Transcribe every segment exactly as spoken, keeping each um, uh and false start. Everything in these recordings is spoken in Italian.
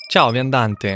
Ciao viandante.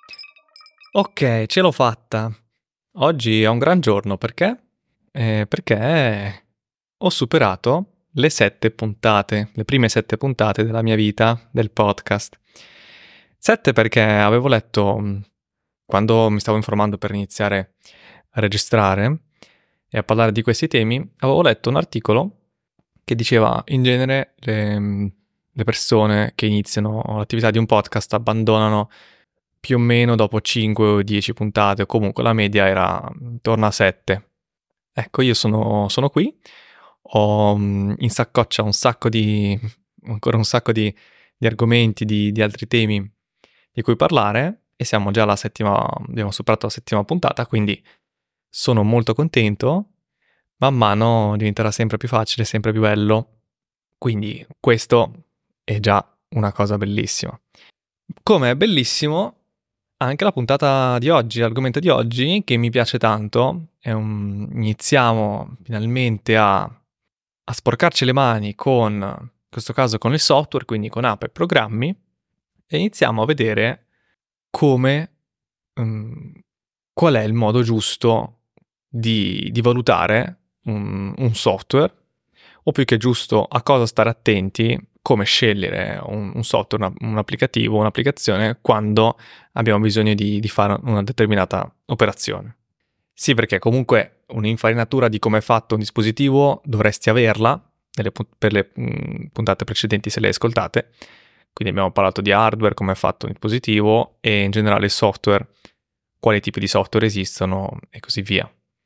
Ok, ce l'ho fatta. Oggi è un gran giorno, perché? Eh, perché ho superato le sette puntate, le prime sette puntate della mia vita del podcast. Sette perché avevo letto, mh, quando mi stavo informando per iniziare a registrare e a parlare di questi temi, avevo letto un articolo che diceva in genere le, mh, le persone che iniziano l'attività di un podcast abbandonano più o meno dopo cinque o dieci puntate, o comunque la media era intorno a sette. Ecco, io sono, sono qui, ho mh, in saccoccia un sacco di, ancora un sacco di, di argomenti, di, di altri temi di cui parlare, e siamo già alla settima, abbiamo superato la settima puntata, quindi sono molto contento. Man mano diventerà sempre più facile, sempre più bello, quindi questo è già una cosa bellissima. Come è bellissimo anche la puntata di oggi, l'argomento di oggi, che mi piace tanto. È un... Iniziamo finalmente a... a sporcarci le mani con, in questo caso con il software, quindi con app e programmi, e iniziamo a vedere come, um, qual è il modo giusto di, di valutare un, un software, o più che giusto, a cosa stare attenti, come scegliere un, un software, una, un applicativo, un'applicazione quando abbiamo bisogno di, di fare una determinata operazione. Sì, perché comunque un'infarinatura di come è fatto un dispositivo dovresti averla nelle, per le mh, puntate precedenti, se le ascoltate. Quindi abbiamo parlato di hardware, come è fatto un dispositivo, e in generale software, quali tipi di software esistono e così via.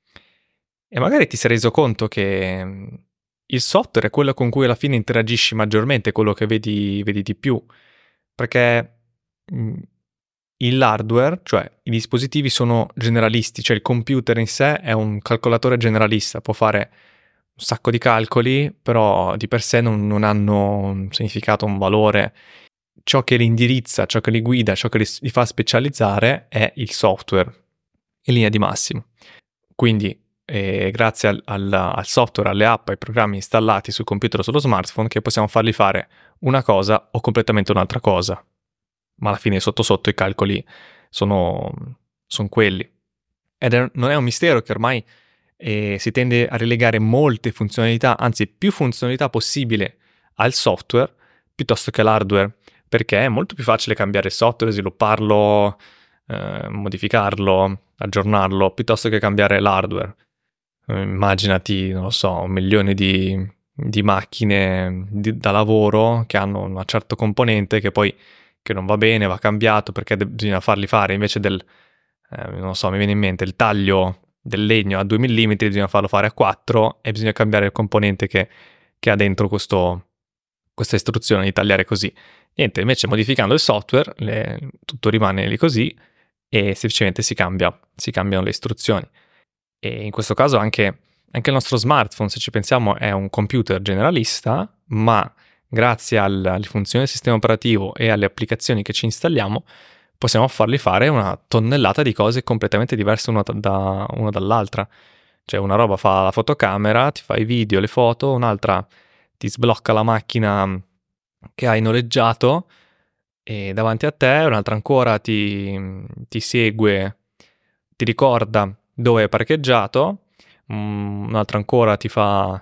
E magari ti sei reso conto che il software è quello con cui alla fine interagisci maggiormente, quello che vedi, vedi di più, perché mh, l'hardware, cioè i dispositivi, sono generalisti, cioè il computer in sé è un calcolatore generalista, può fare un sacco di calcoli, però di per sé non, non hanno un significato, un valore. Ciò che li indirizza, ciò che li guida, ciò che li, li fa specializzare è il software, in linea di massimo. Quindi eh, grazie al, al, al software, alle app, ai programmi installati sul computer o sullo smartphone, che possiamo farli fare una cosa o completamente un'altra cosa. Ma alla fine sotto sotto i calcoli sono, sono quelli. Ed è, non è un mistero che ormai eh, si tende a relegare molte funzionalità, anzi più funzionalità possibile al software piuttosto che all'hardware, perché è molto più facile cambiare il software, svilupparlo, eh, modificarlo, aggiornarlo, piuttosto che cambiare l'hardware. Eh, immaginati, non lo so, un milione di, di macchine di, da lavoro che hanno un certo componente che poi che non va bene, va cambiato perché de- bisogna farli fare invece del, eh, non so, mi viene in mente il taglio del legno a due millimetri, bisogna farlo fare a quattro e bisogna cambiare il componente che, che ha dentro questo, questa istruzione di tagliare così. Niente, invece modificando il software le, tutto rimane lì così e semplicemente si cambia, si cambiano le istruzioni. E in questo caso anche, anche il nostro smartphone, se ci pensiamo, è un computer generalista, ma grazie al, alle funzioni del sistema operativo e alle applicazioni che ci installiamo, possiamo fargli fare una tonnellata di cose completamente diverse una, da, una dall'altra. Cioè una roba fa la fotocamera, ti fa i video, le foto, un'altra ti sblocca la macchina che hai noleggiato e davanti a te, un'altra ancora ti, ti segue, ti ricorda dove è parcheggiato, un'altra ancora ti fa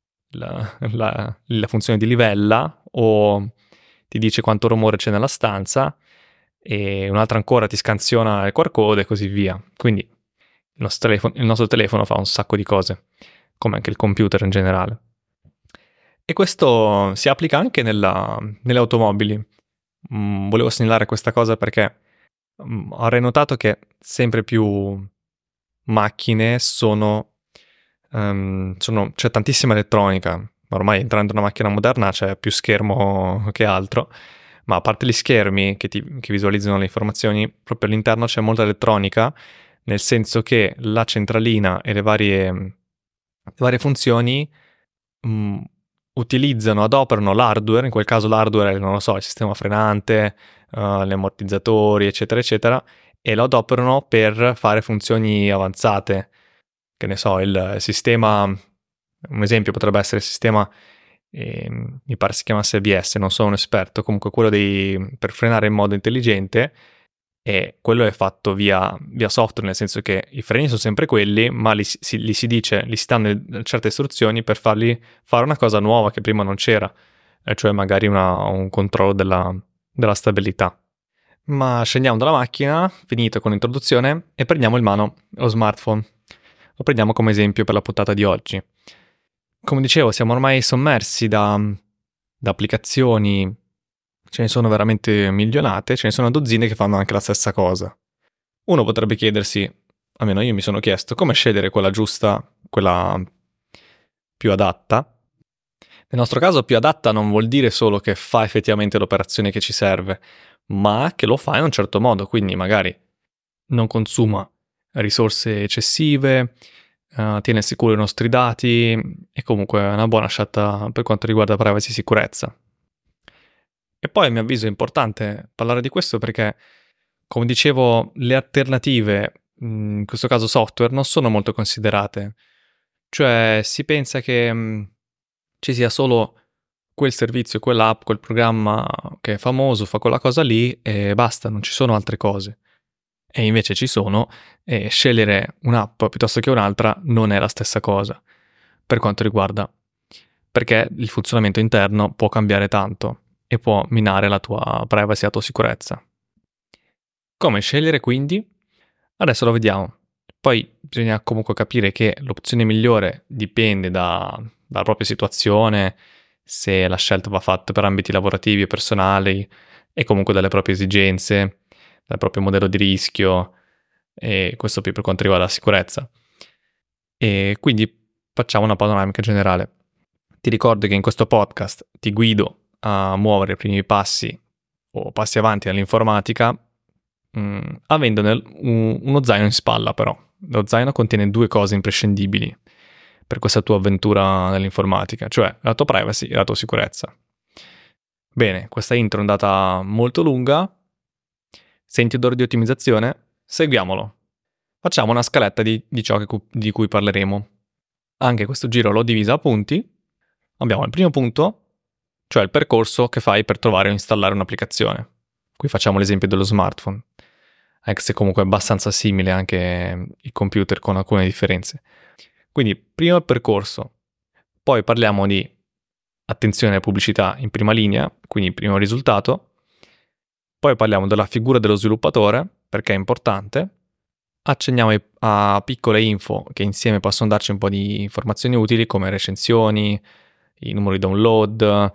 la, la, la funzione di livella o ti dice quanto rumore c'è nella stanza, e un'altra ancora ti scansiona il Q R code e così via. Quindi il nostro telefono, il nostro telefono fa un sacco di cose, come anche il computer in generale. E questo si applica anche nella, nelle automobili. Mm, volevo segnalare questa cosa perché mm, avrei notato che sempre più macchine sono, um, sono c'è tantissima elettronica. Ormai entrando in una macchina moderna c'è più schermo che altro, ma a parte gli schermi che, ti, che visualizzano le informazioni, proprio all'interno c'è molta elettronica, nel senso che la centralina e le varie, le varie funzioni mh, utilizzano, adoperano l'hardware, in quel caso l'hardware è, non lo so, il sistema frenante, uh, gli ammortizzatori, eccetera, eccetera, e lo adoperano per fare funzioni avanzate. Che ne so, il sistema, un esempio potrebbe essere il sistema e, mi pare si chiamasse A B S, non sono un esperto, comunque quello dei, per frenare in modo intelligente, e quello è fatto via, via software, nel senso che i freni sono sempre quelli, ma li si, li si dice, li si danno certe istruzioni per farli fare una cosa nuova che prima non c'era, e cioè magari una, un controllo della, della stabilità. Ma scendiamo dalla macchina, finito con l'introduzione, e prendiamo in mano lo smartphone. Lo prendiamo come esempio per la puntata di oggi. Come dicevo, siamo ormai sommersi da, da applicazioni, ce ne sono veramente milionate, ce ne sono dozzine che fanno anche la stessa cosa. Uno potrebbe chiedersi, almeno io mi sono chiesto, come scegliere quella giusta, quella più adatta. Nel nostro caso più adatta non vuol dire solo che fa effettivamente l'operazione che ci serve, ma che lo fa in un certo modo, quindi magari non consuma risorse eccessive, uh, tiene sicuri i nostri dati e comunque è una buona scelta per quanto riguarda privacy e sicurezza. E poi a mio avviso è importante parlare di questo perché, come dicevo, le alternative, in questo caso software, non sono molto considerate. Cioè si pensa che mh, ci sia solo quel servizio, quell'app, quel programma che è famoso, fa quella cosa lì e basta, non ci sono altre cose. E invece ci sono, e scegliere un'app piuttosto che un'altra non è la stessa cosa, per quanto riguarda, perché il funzionamento interno può cambiare tanto e può minare la tua privacy e la tua sicurezza. Come scegliere quindi? Adesso lo vediamo. Poi bisogna comunque capire che l'opzione migliore dipende da, dalla propria situazione, se la scelta va fatta per ambiti lavorativi e personali e comunque dalle proprie esigenze, dal proprio modello di rischio, e questo più per quanto riguarda la sicurezza. E quindi facciamo una panoramica generale. Ti ricordo che in questo podcast ti guido a muovere i primi passi o passi avanti nell'informatica, mh, avendone un, uno zaino in spalla però. Lo zaino contiene due cose imprescindibili per questa tua avventura nell'informatica, cioè la tua privacy e la tua sicurezza. Bene, questa intro è andata molto lunga. Senti odore di ottimizzazione? Seguiamolo. Facciamo una scaletta di, di ciò che, di cui parleremo. Anche questo giro l'ho divisa a punti. Abbiamo il primo punto, cioè il percorso che fai per trovare o installare un'applicazione. Qui facciamo l'esempio dello smartphone, anche se comunque è abbastanza simile anche il computer con alcune differenze. Quindi prima il percorso, poi parliamo di attenzione alle pubblicità in prima linea, quindi primo risultato, poi parliamo della figura dello sviluppatore, perché è importante, accenniamo a piccole info che insieme possono darci un po' di informazioni utili come recensioni, i numeri download,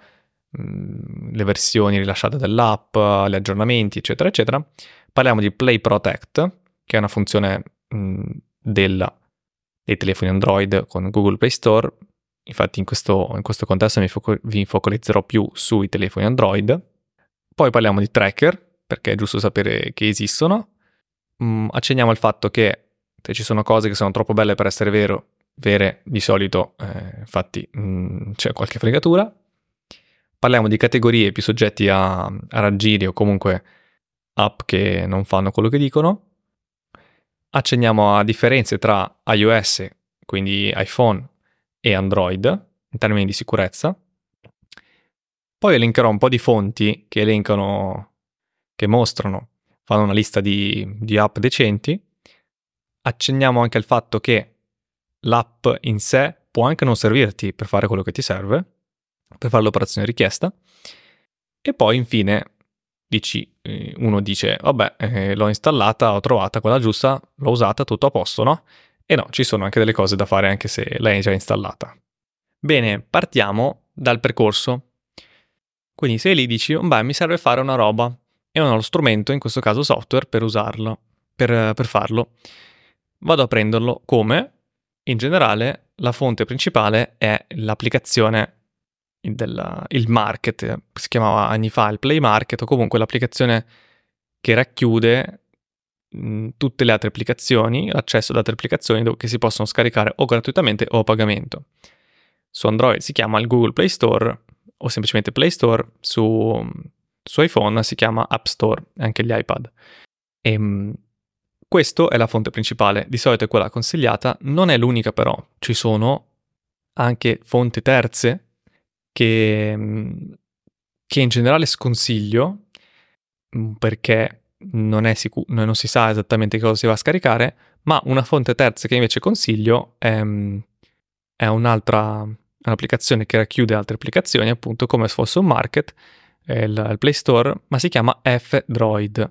le versioni rilasciate dell'app, gli aggiornamenti, eccetera, eccetera. Parliamo di Play Protect, che è una funzione mh, della, dei telefoni Android con Google Play Store. Infatti in questo, in questo contesto mi foco- vi focalizzerò più sui telefoni Android. Poi parliamo di tracker, perché è giusto sapere che esistono. Mm, accenniamo al fatto che se ci sono cose che sono troppo belle per essere vero, vere, di solito, eh, infatti, mh, c'è qualche fregatura. Parliamo di categorie più soggetti a, a raggiri o comunque app che non fanno quello che dicono. Accenniamo a differenze tra iOS, quindi iPhone, e Android in termini di sicurezza. Poi elencherò un po' di fonti che elencano, che mostrano, fanno una lista di, di app decenti. Accenniamo anche al fatto che l'app in sé può anche non servirti per fare quello che ti serve, per fare l'operazione richiesta. E poi infine dici, uno dice, vabbè, eh, l'ho installata, ho trovata quella giusta, l'ho usata, tutto a posto, no? E no, ci sono anche delle cose da fare anche se l'hai già installata. Bene, partiamo dal percorso. Quindi se lì dici, beh, mi serve fare una roba, e non ho lo strumento, in questo caso software, per usarlo, per, per farlo. Vado a prenderlo come? In generale, la fonte principale è l'applicazione del, il market, si chiamava anni fa il Play Market, o comunque l'applicazione che racchiude mh, tutte le altre applicazioni, l'accesso ad altre applicazioni che si possono scaricare o gratuitamente o a pagamento. Su Android si chiama il Google Play Store o semplicemente Play Store, su, su iPhone si chiama App Store, anche gli iPad. E, mh, questa è la fonte principale, di solito è quella consigliata, non è l'unica però, ci sono anche fonti terze che, che in generale sconsiglio perché non è sicuro, non si sa esattamente cosa si va a scaricare, ma una fonte terza che invece consiglio è, è un'altra un'applicazione che racchiude altre applicazioni, appunto come se fosse un market, è il, il Play Store, ma si chiama F-Droid.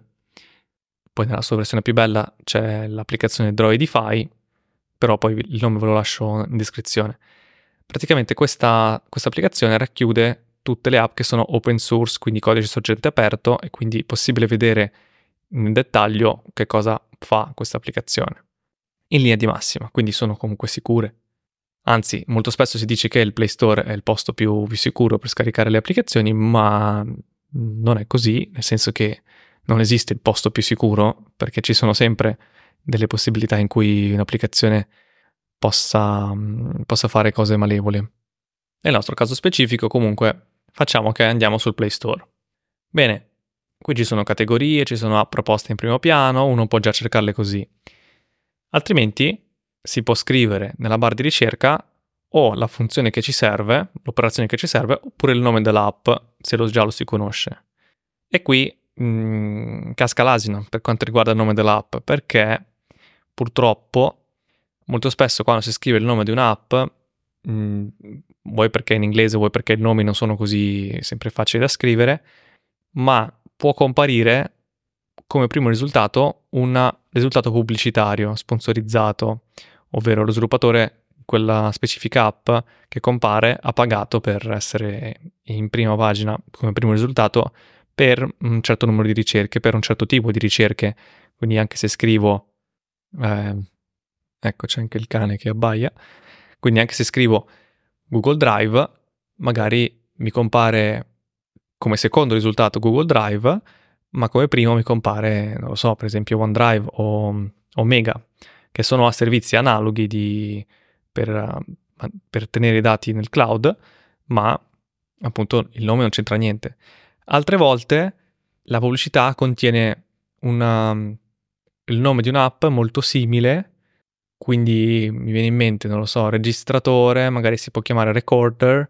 Poi nella sua versione più bella c'è l'applicazione Droidify, però poi il nome ve lo lascio in descrizione. Praticamente questa, questa applicazione racchiude tutte le app che sono open source, quindi codice sorgente aperto, e quindi è possibile vedere in dettaglio che cosa fa questa applicazione. In linea di massima, quindi sono comunque sicure. Anzi, molto spesso si dice che il Play Store è il posto più, più sicuro per scaricare le applicazioni, ma non è così, nel senso che non esiste il posto più sicuro, perché ci sono sempre delle possibilità in cui un'applicazione possa, possa fare cose malevole. Nel nostro caso specifico, comunque, facciamo che andiamo sul Play Store. Bene, qui ci sono categorie, ci sono app proposte in primo piano, uno può già cercarle così. Altrimenti si può scrivere nella barra di ricerca o la funzione che ci serve, l'operazione che ci serve, oppure il nome dell'app, se lo, già lo si conosce. E qui mh, casca l'asino per quanto riguarda il nome dell'app, perché purtroppo molto spesso quando si scrive il nome di un'app, mh, vuoi perché è in inglese, vuoi perché i nomi non sono così sempre facili da scrivere, ma può comparire come primo risultato un risultato pubblicitario, sponsorizzato, ovvero lo sviluppatore, quella specifica app che compare, ha pagato per essere in prima pagina come primo risultato per un certo numero di ricerche, per un certo tipo di ricerche. Quindi anche se scrivo, eh, ecco c'è anche il cane che abbaia, quindi anche se scrivo Google Drive, magari mi compare come secondo risultato Google Drive, ma come primo mi compare, non lo so, per esempio OneDrive o Omega, che sono a servizi analoghi di, per, per tenere i dati nel cloud, ma appunto il nome non c'entra niente. Altre volte la pubblicità contiene una, il nome di un'app molto simile, quindi mi viene in mente, non lo so, registratore, magari si può chiamare recorder,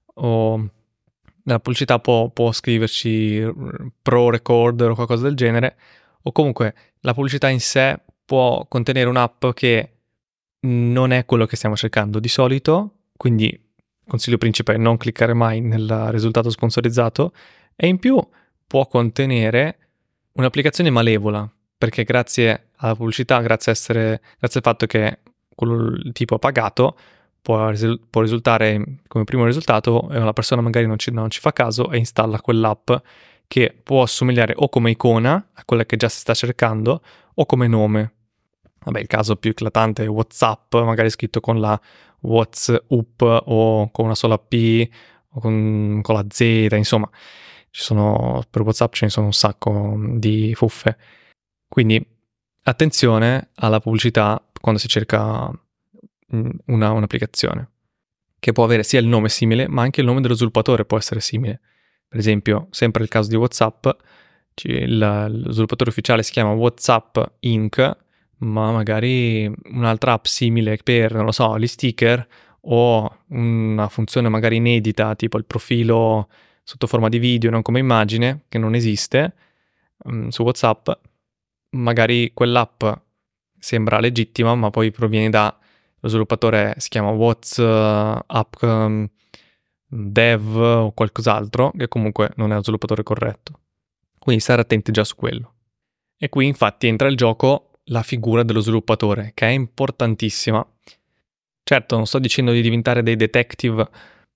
o nella pubblicità può, può scriverci Pro Recorder o qualcosa del genere, o comunque la pubblicità in sé può contenere un'app che non è quello che stiamo cercando di solito, quindi consiglio principale è non cliccare mai nel risultato sponsorizzato, e in più può contenere un'applicazione malevola, perché grazie alla pubblicità, grazie, a essere, grazie al fatto che quello, il tipo ha pagato, può, può risultare come primo risultato e una persona magari non ci, non ci fa caso e installa quell'app che può assomigliare o come icona a quella che già si sta cercando o come nome. Vabbè, il caso più eclatante è WhatsApp, magari scritto con la WhatsApp o con una sola P o con, con la Z, insomma, ci sono, per WhatsApp ce ne sono un sacco di fuffe. Quindi attenzione alla pubblicità quando si cerca una, un'applicazione, che può avere sia il nome simile, ma anche il nome dello sviluppatore può essere simile. Per esempio, sempre il caso di WhatsApp, il, lo sviluppatore ufficiale si chiama WhatsApp Incorporated, ma magari un'altra app simile per, non lo so, gli sticker o una funzione magari inedita, tipo il profilo sotto forma di video, non come immagine, che non esiste um, su WhatsApp, magari quell'app sembra legittima, ma poi proviene da lo sviluppatore, si chiama WhatsApp um, Dev o qualcos'altro, che comunque non è lo sviluppatore corretto. Quindi stare attenti già su quello. E qui infatti entra in gioco la figura dello sviluppatore, che è importantissima. Certo, non sto dicendo di diventare dei detective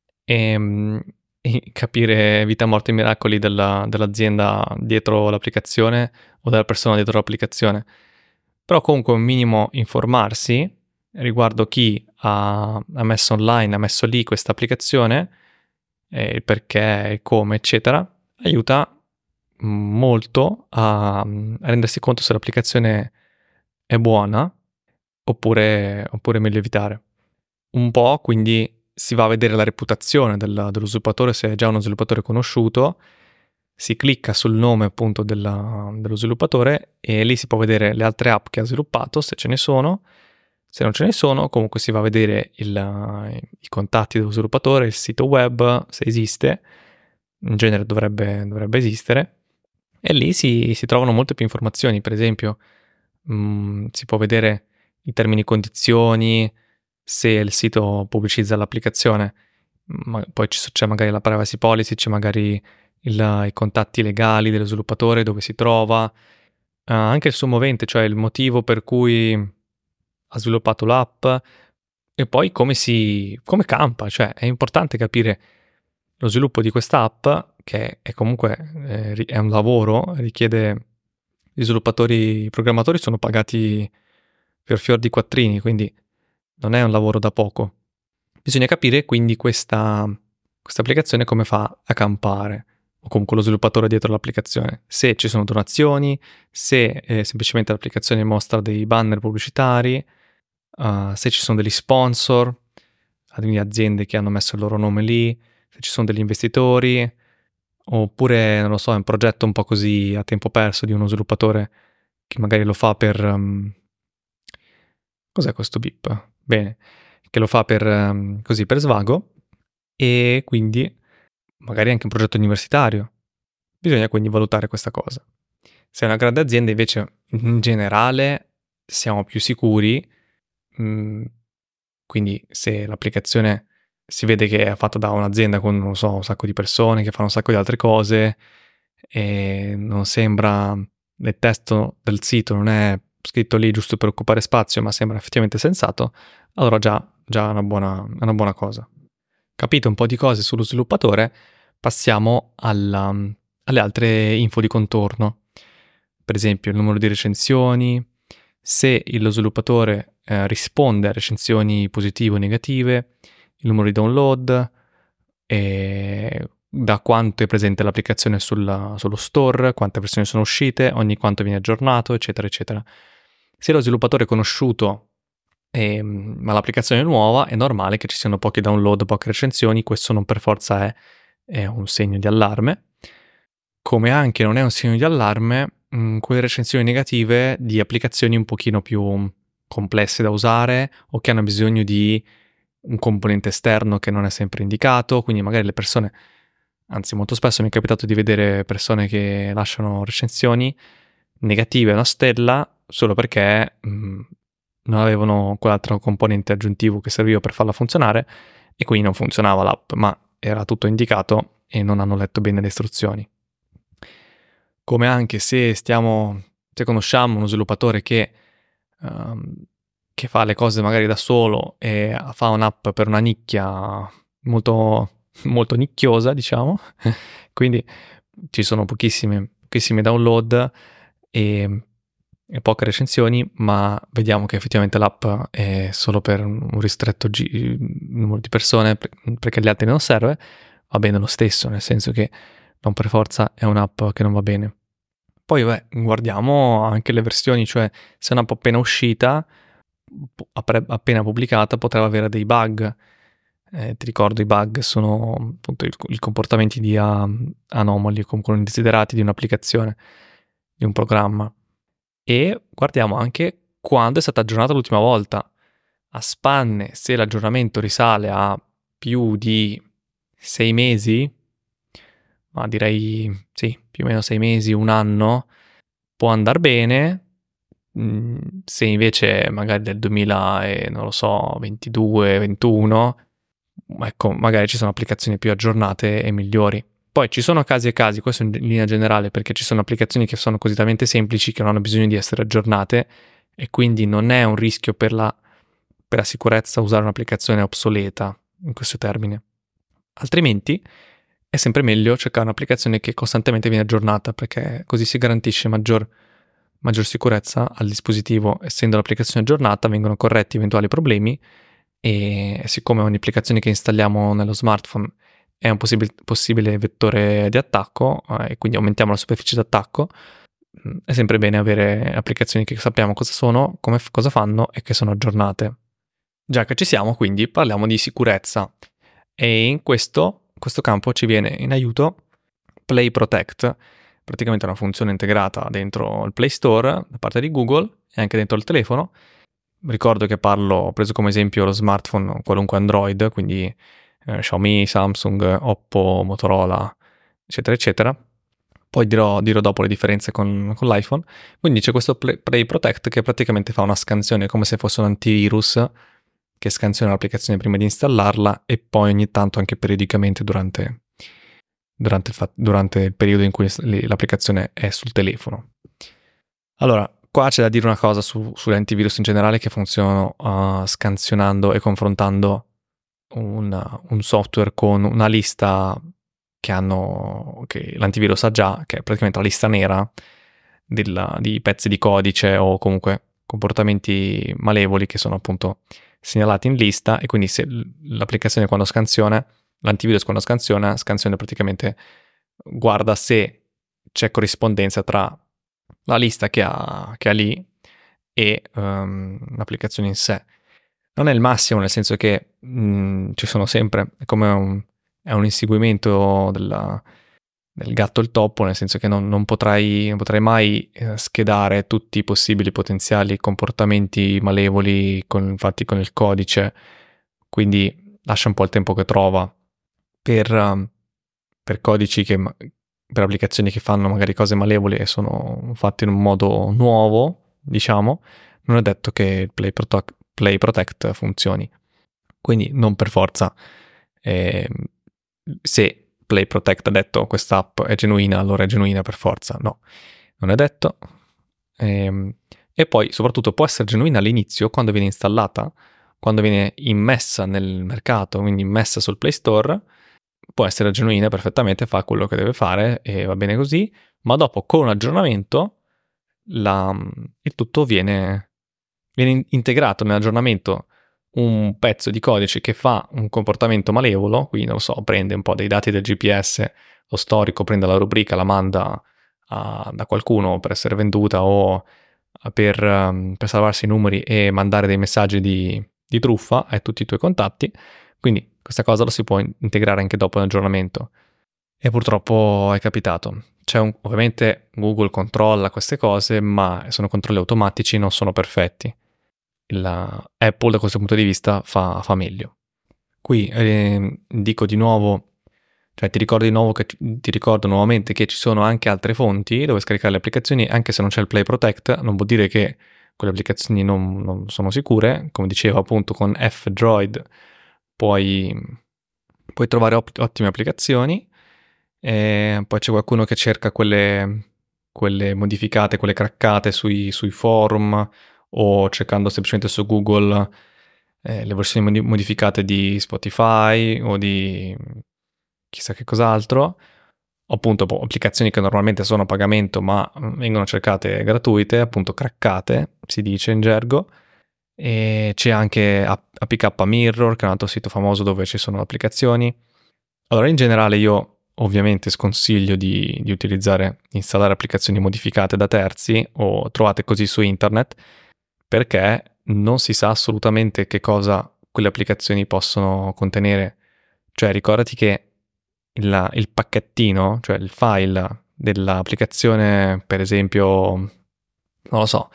e, e capire vita, morte e miracoli della, dell'azienda dietro l'applicazione o della persona dietro l'applicazione, però comunque un minimo informarsi riguardo chi ha, ha messo online, ha messo lì questa applicazione, e il perché, il come, eccetera, aiuta molto a, a rendersi conto se l'applicazione è buona oppure, oppure è meglio evitare. Un po', quindi si va a vedere la reputazione del, dello sviluppatore, se è già uno sviluppatore conosciuto, si clicca sul nome appunto della, dello sviluppatore e lì si può vedere le altre app che ha sviluppato, se ce ne sono, Se non ce ne sono, comunque si va a vedere il, i contatti dello sviluppatore, il sito web, se esiste, in genere dovrebbe, dovrebbe esistere, e lì si, si trovano molte più informazioni. Per esempio, mh, si può vedere i termini e condizioni, se il sito pubblicizza l'applicazione, ma poi c'è magari la privacy policy, c'è magari il, i contatti legali dello sviluppatore, dove si trova, uh, anche il suo movente, cioè il motivo per cui ha sviluppato l'app, e poi come si come campa. Cioè è importante capire lo sviluppo di questa app, che è comunque eh, è un lavoro, richiede, gli sviluppatori, i programmatori sono pagati per fior di quattrini, quindi non è un lavoro da poco. Bisogna capire quindi questa, questa applicazione come fa a campare, o comunque lo sviluppatore dietro l'applicazione. Se ci sono donazioni, se eh, semplicemente l'applicazione mostra dei banner pubblicitari, uh, se ci sono degli sponsor, quindi aziende che hanno messo il loro nome lì, se ci sono degli investitori, oppure, non lo so, è un progetto un po' così a tempo perso di uno sviluppatore che magari lo fa per... Um, cos'è questo beep? Bene, che lo fa per um, così, per svago, e quindi magari anche un progetto universitario. Bisogna quindi valutare questa cosa. Se è una grande azienda, invece, in generale siamo più sicuri, mh, quindi se l'applicazione si vede che è fatta da un'azienda con, non so, un sacco di persone che fanno un sacco di altre cose, e non sembra, nel testo del sito non è scritto lì giusto per occupare spazio, ma sembra effettivamente sensato, allora già, già è una buona, è una buona cosa. Capito un po' di cose sullo sviluppatore, passiamo alla, alle altre info di contorno. Per esempio il numero di recensioni, se lo sviluppatore eh, risponde a recensioni positive o negative, il numero di download, e da quanto è presente l'applicazione sulla, sullo store, quante versioni sono uscite, ogni quanto viene aggiornato, eccetera, eccetera. Se lo sviluppatore è conosciuto e, ma l'applicazione è nuova, è normale che ci siano pochi download, poche recensioni. Questo non per forza è, è un segno di allarme. Come anche non è un segno di allarme mh, quelle recensioni negative di applicazioni un pochino più complesse da usare, o che hanno bisogno di un componente esterno che non è sempre indicato. Quindi magari le persone, anzi molto spesso mi è capitato di vedere persone che lasciano recensioni negative a una stella solo perché mh, non avevano quell'altro componente aggiuntivo che serviva per farla funzionare, e quindi non funzionava l'app, ma era tutto indicato e non hanno letto bene le istruzioni. Come anche se stiamo, se conosciamo uno sviluppatore che, um, che fa le cose magari da solo e fa un'app per una nicchia molto, molto nicchiosa, diciamo, quindi ci sono pochissime, pochissimi download e, e poche recensioni, ma vediamo che effettivamente l'app è solo per un ristretto gi- numero di persone, perché agli altri non serve, va bene lo stesso, nel senso che non per forza è un'app che non va bene. Poi beh, guardiamo anche le versioni, cioè se è un'app appena uscita, appena pubblicata, potrebbe avere dei bug. Eh, ti ricordo, i bug sono appunto i, i comportamenti di uh, anomali o comunque non desiderati di un'applicazione, di un programma. E guardiamo anche quando è stata aggiornata l'ultima volta. A spanne, se l'aggiornamento risale a più di sei mesi, ma direi sì, più o meno sei mesi, un anno, può andar bene. Se invece magari del duemila e non lo so, ventidue, ventuno, ecco, magari ci sono applicazioni più aggiornate e migliori. Poi ci sono casi e casi, questo in linea generale, perché ci sono applicazioni che sono così talmente semplici che non hanno bisogno di essere aggiornate, e quindi non è un rischio per la, per la sicurezza usare un'applicazione obsoleta in questo termine. Altrimenti è sempre meglio cercare un'applicazione che costantemente viene aggiornata, perché così si garantisce maggior, maggior sicurezza al dispositivo. Essendo l'applicazione aggiornata vengono corretti eventuali problemi, e siccome ogni applicazione che installiamo nello smartphone è un possibile, possibile vettore di attacco, eh, e quindi aumentiamo la superficie d'attacco, è sempre bene avere applicazioni che sappiamo cosa sono, come, cosa fanno e che sono aggiornate. Già che ci siamo, quindi parliamo di sicurezza, e in questo In questo campo ci viene in aiuto Play Protect, praticamente una funzione integrata dentro il Play Store da parte di Google e anche dentro il telefono, ricordo che parlo, ho preso come esempio lo smartphone qualunque Android, quindi eh, Xiaomi, Samsung, Oppo, Motorola, eccetera, eccetera. Poi dirò, dirò dopo le differenze con, con l'iPhone. Quindi c'è questo Play, Play Protect che praticamente fa una scansione come se fosse un antivirus che scansiona l'applicazione prima di installarla e poi ogni tanto anche periodicamente durante, durante, il, fa- durante il periodo in cui l'applicazione è sul telefono. Allora, qua c'è da dire una cosa su, sugli antivirus in generale che funzionano uh, scansionando e confrontando un, un software con una lista che hanno che l'antivirus ha già, che è praticamente la lista nera della, di pezzi di codice o comunque comportamenti malevoli che sono appunto segnalati in lista, e quindi se l'applicazione quando scansiona, l'antivirus quando scansiona, scansiona praticamente guarda se c'è corrispondenza tra la lista che ha, che ha lì e um, l'applicazione in sé. Non è il massimo, nel senso che mh, ci sono sempre, è come un, è un inseguimento della, del gatto e il topo, nel senso che non, non, potrai, non potrai mai eh, schedare tutti i possibili potenziali comportamenti malevoli con, infatti con il codice, quindi lascia un po' il tempo che trova per, um, per codici che per applicazioni che fanno magari cose malevoli e sono fatte in un modo nuovo, diciamo, non è detto che il Play Protect, Play Protect funzioni. Quindi non per forza eh, se Play Protect ha detto quest'app è genuina, allora è genuina per forza. No, non è detto. E, e poi soprattutto può essere genuina all'inizio, quando viene installata, quando viene immessa nel mercato, quindi immessa sul Play Store, può essere genuina perfettamente, fa quello che deve fare e va bene così, ma dopo con un aggiornamento la, il tutto viene, viene integrato nell'aggiornamento un pezzo di codice che fa un comportamento malevolo, quindi non lo so, prende un po' dei dati del G P S, lo storico, prende la rubrica, la manda a, da qualcuno per essere venduta o per, um, per salvarsi i numeri e mandare dei messaggi di, di truffa a tutti i tuoi contatti. Quindi questa cosa lo si può integrare anche dopo l'aggiornamento. E purtroppo è capitato. C'è un, ovviamente Google controlla queste cose, ma sono controlli automatici, non sono perfetti. La Apple da questo punto di vista fa, fa meglio. Qui eh, dico di nuovo, cioè ti ricordo di nuovo che ti ricordo nuovamente che ci sono anche altre fonti dove scaricare le applicazioni, anche se non c'è il Play Protect, non vuol dire che quelle applicazioni non, non sono sicure. Come dicevo appunto con F-Droid puoi, puoi trovare opt- ottime applicazioni. E poi c'è qualcuno che cerca quelle, quelle modificate, quelle craccate sui, sui forum o cercando semplicemente su Google eh, le versioni modificate di Spotify o di chissà che cos'altro, o appunto applicazioni che normalmente sono a pagamento ma vengono cercate gratuite, appunto craccate, si dice in gergo. E c'è anche A P K Mirror, che è un altro sito famoso dove ci sono applicazioni. Allora, in generale io ovviamente sconsiglio di, di utilizzare, installare applicazioni modificate da terzi o trovate così su internet, perché non si sa assolutamente che cosa quelle applicazioni possono contenere. Cioè, ricordati che il, il pacchettino, cioè il file dell'applicazione, per esempio, non lo so,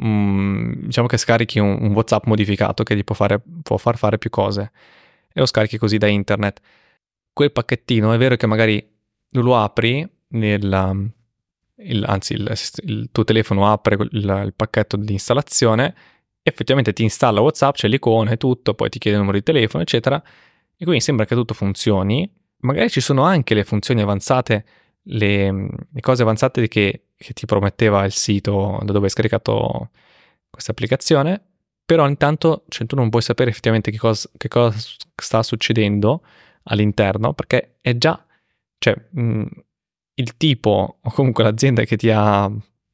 um, diciamo che scarichi un, un WhatsApp modificato che gli può, fare, può far fare più cose e lo scarichi così da internet. Quel pacchettino è vero che magari lo apri, nel, il, anzi il, il tuo telefono apre il, il pacchetto di installazione, effettivamente ti installa WhatsApp, c'è l'icona e tutto, poi ti chiede il numero di telefono, eccetera, e quindi sembra che tutto funzioni. Magari ci sono anche le funzioni avanzate, le, le cose avanzate che, che ti prometteva il sito da dove hai scaricato questa applicazione, però intanto cioè, tu non puoi sapere effettivamente che cosa, che cosa sta succedendo all'interno, perché è già, cioè, mh, il tipo o comunque l'azienda che ti ha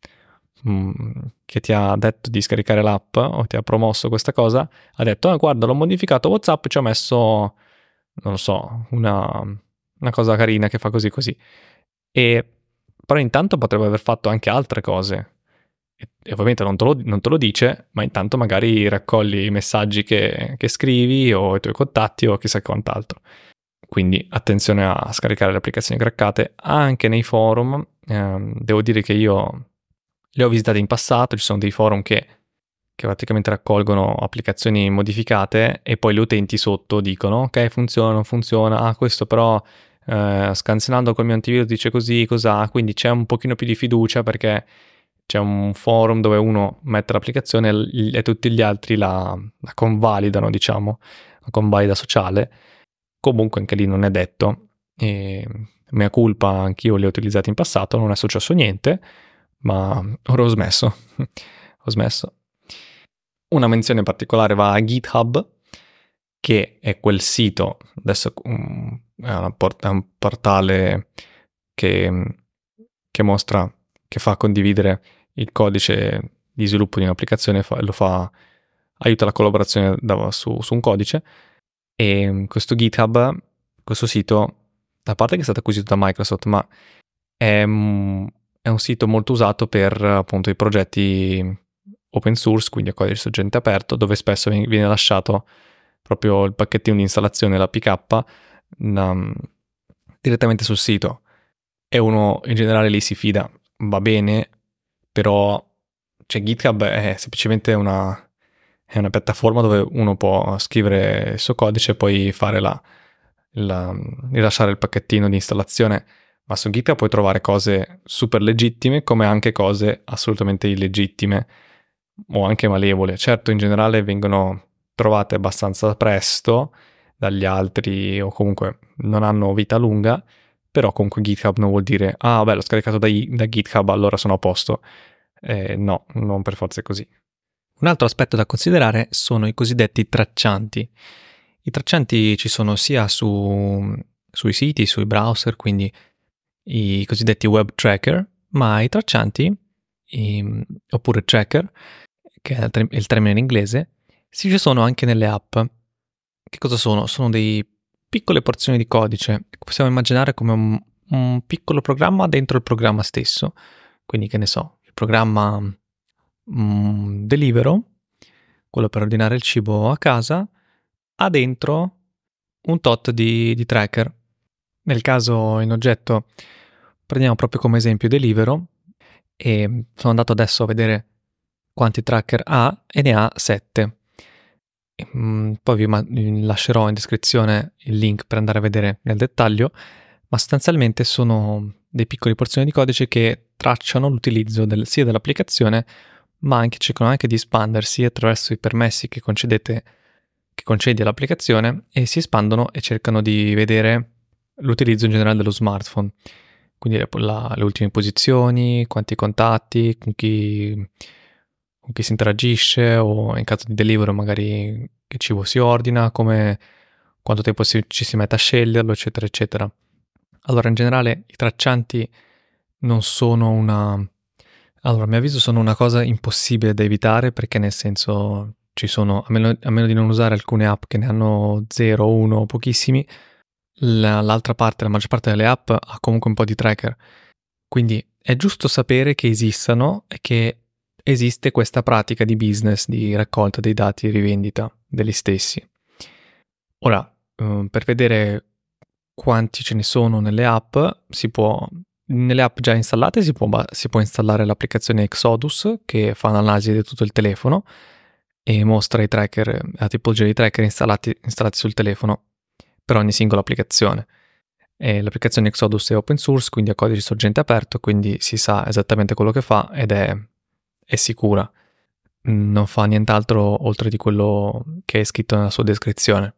mh, che ti ha detto di scaricare l'app o ti ha promosso questa cosa, ha detto, ah, guarda, l'ho modificato WhatsApp e ci ho messo, non lo so, una, una cosa carina che fa così così. E però intanto potrebbe aver fatto anche altre cose. E, e ovviamente non te, lo, non te lo dice, ma intanto magari raccogli i messaggi che, che scrivi o i tuoi contatti o chissà quant'altro. Quindi attenzione a scaricare le applicazioni craccate anche nei forum. Eh, devo dire che io le ho visitate in passato, ci sono dei forum che che praticamente raccolgono applicazioni modificate e poi gli utenti sotto dicono ok, funziona, non funziona, ah questo però eh, scansionando col mio antivirus dice così, cos'ha, quindi c'è un pochino più di fiducia perché c'è un forum dove uno mette l'applicazione e, e tutti gli altri la, la convalidano, diciamo, la convalida sociale. Comunque anche lì non è detto, e mea culpa, anch'io li ho utilizzati in passato, non è successo niente, ma ora ho smesso, ho smesso. Una menzione particolare va a GitHub, che è quel sito, adesso um, è, una port- è un portale che, che mostra, che fa condividere il codice di sviluppo di un'applicazione, fa, lo fa, aiuta la collaborazione da, su, su un codice, e questo GitHub, questo sito, a parte che è stato acquisito da Microsoft, ma è, è un sito molto usato per appunto i progetti open source, quindi a codice sorgente aperto, dove spesso viene lasciato proprio il pacchettino di installazione, l'A P K, um, direttamente sul sito. E uno in generale lì si fida, va bene, però cioè, GitHub è semplicemente una, è una piattaforma dove uno può scrivere il suo codice e poi fare la, la, rilasciare il pacchettino di installazione, ma su GitHub puoi trovare cose super legittime come anche cose assolutamente illegittime o anche malevole. Certo, in generale vengono trovate abbastanza presto dagli altri o comunque non hanno vita lunga, però comunque GitHub non vuol dire ah beh l'ho scaricato da, da GitHub allora sono a posto. Eh, no, non per forza è così. Un altro aspetto da considerare sono i cosiddetti traccianti. I traccianti ci sono sia su, sui siti, sui browser, quindi i cosiddetti web tracker, ma i traccianti, i, oppure tracker, che è il termine in inglese, si ci sono anche nelle app. Che cosa sono? Sono dei piccole porzioni di codice che possiamo immaginare come un, un piccolo programma dentro il programma stesso. Quindi, che ne so, il programma um, Deliveroo, quello per ordinare il cibo a casa, ha dentro un tot di, di tracker. Nel caso in oggetto prendiamo proprio come esempio Deliveroo e sono andato adesso a vedere quanti tracker ha e ne ha sette. Poi vi lascerò in descrizione il link per andare a vedere nel dettaglio, ma sostanzialmente sono dei piccoli porzioni di codice che tracciano l'utilizzo del, sia dell'applicazione, ma anche cercano anche di espandersi attraverso i permessi che concedete, che concedi all'applicazione, e si espandono e cercano di vedere l'utilizzo in generale dello smartphone. Quindi la, le ultime posizioni, quanti contatti, con chi, con chi si interagisce, o in caso di delivery magari che cibo si ordina, come, quanto tempo si, ci si mette a sceglierlo, eccetera, eccetera. Allora, in generale, i traccianti non sono una... Allora, a mio avviso sono una cosa impossibile da evitare, perché nel senso ci sono, a meno, a meno di non usare alcune app che ne hanno zero, uno, pochissimi, la, l'altra parte, la maggior parte delle app ha comunque un po' di tracker. Quindi è giusto sapere che esistano e che esiste questa pratica di business di raccolta dei dati e rivendita degli stessi. Ora, eh, per vedere quanti ce ne sono nelle app, si può, nelle app già installate si può, si può installare l'applicazione Exodus, che fa un'analisi di tutto il telefono e mostra i tracker, la tipologia di tracker installati, installati sul telefono per ogni singola applicazione. E l'applicazione Exodus è open source, quindi a codice sorgente aperto, quindi si sa esattamente quello che fa ed è, è sicura. Non fa nient'altro oltre di quello che è scritto nella sua descrizione.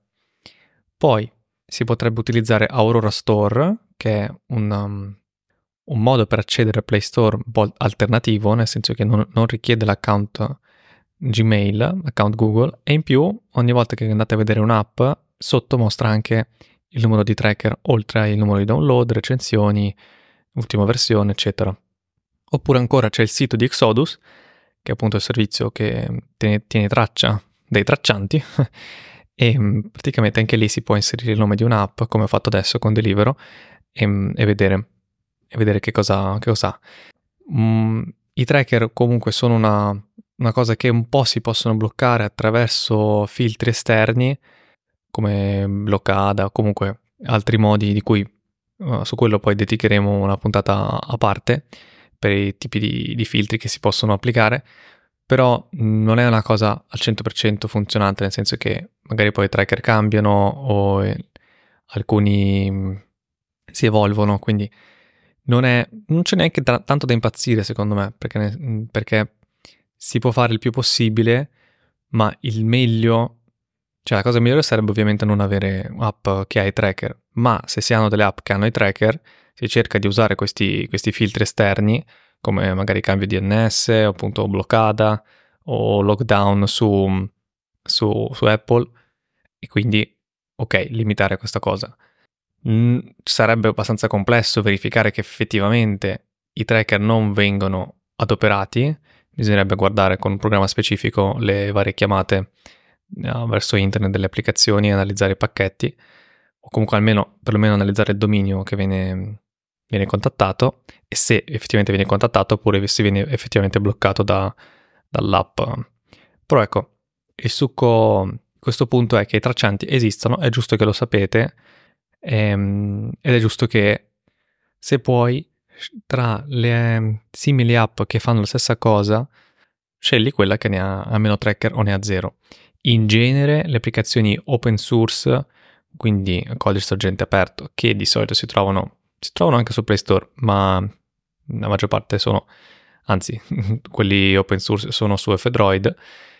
Poi si potrebbe utilizzare Aurora Store, che è un, um, un modo per accedere al Play Store un po' alternativo, nel senso che non, non richiede l'account Gmail, l'account Google, e in più ogni volta che andate a vedere un'app sotto mostra anche il numero di tracker, oltre al numero di download, recensioni, ultima versione, eccetera. Oppure ancora c'è il sito di Exodus, che è appunto il servizio che tiene, tiene traccia dei traccianti, e praticamente anche lì si può inserire il nome di un'app, come ho fatto adesso con Deliveroo, e, e vedere, e vedere che cosa, che cosa ha. Mm, I tracker comunque sono una, una cosa che un po' si possono bloccare attraverso filtri esterni, come bloccada o comunque altri modi di cui uh, su quello poi dedicheremo una puntata a parte per i tipi di, di filtri che si possono applicare, però non è una cosa al cento per cento funzionante, nel senso che magari poi i tracker cambiano o eh, alcuni mh, si evolvono, quindi non, è, non c'è neanche tra- tanto da impazzire secondo me, perché, ne- mh, perché si può fare il più possibile, ma il meglio, cioè la cosa migliore sarebbe ovviamente non avere app che ha i tracker, ma se si hanno delle app che hanno i tracker, si cerca di usare questi, questi filtri esterni, come magari cambio D N S, o appunto bloccata, o lockdown su, su, su Apple, e quindi, ok, limitare questa cosa. Mm, sarebbe abbastanza complesso verificare che effettivamente i tracker non vengono adoperati, bisognerebbe guardare con un programma specifico le varie chiamate uh, verso internet delle applicazioni e analizzare i pacchetti, o comunque almeno perlomeno analizzare il dominio che viene, viene contattato e se effettivamente viene contattato oppure se viene effettivamente bloccato da, dall'app. Però ecco, il succo a questo punto è che i traccianti esistono, è giusto che lo sapete, ehm, ed è giusto che se puoi tra le ehm, simili app che fanno la stessa cosa, scegli quella che ne ha, ha meno tracker o ne ha zero. In genere le applicazioni open source, quindi a codice sorgente aperto, che di solito si trovano, si trovano anche su Play Store, ma la maggior parte sono, anzi, quelli open source sono su F-Droid,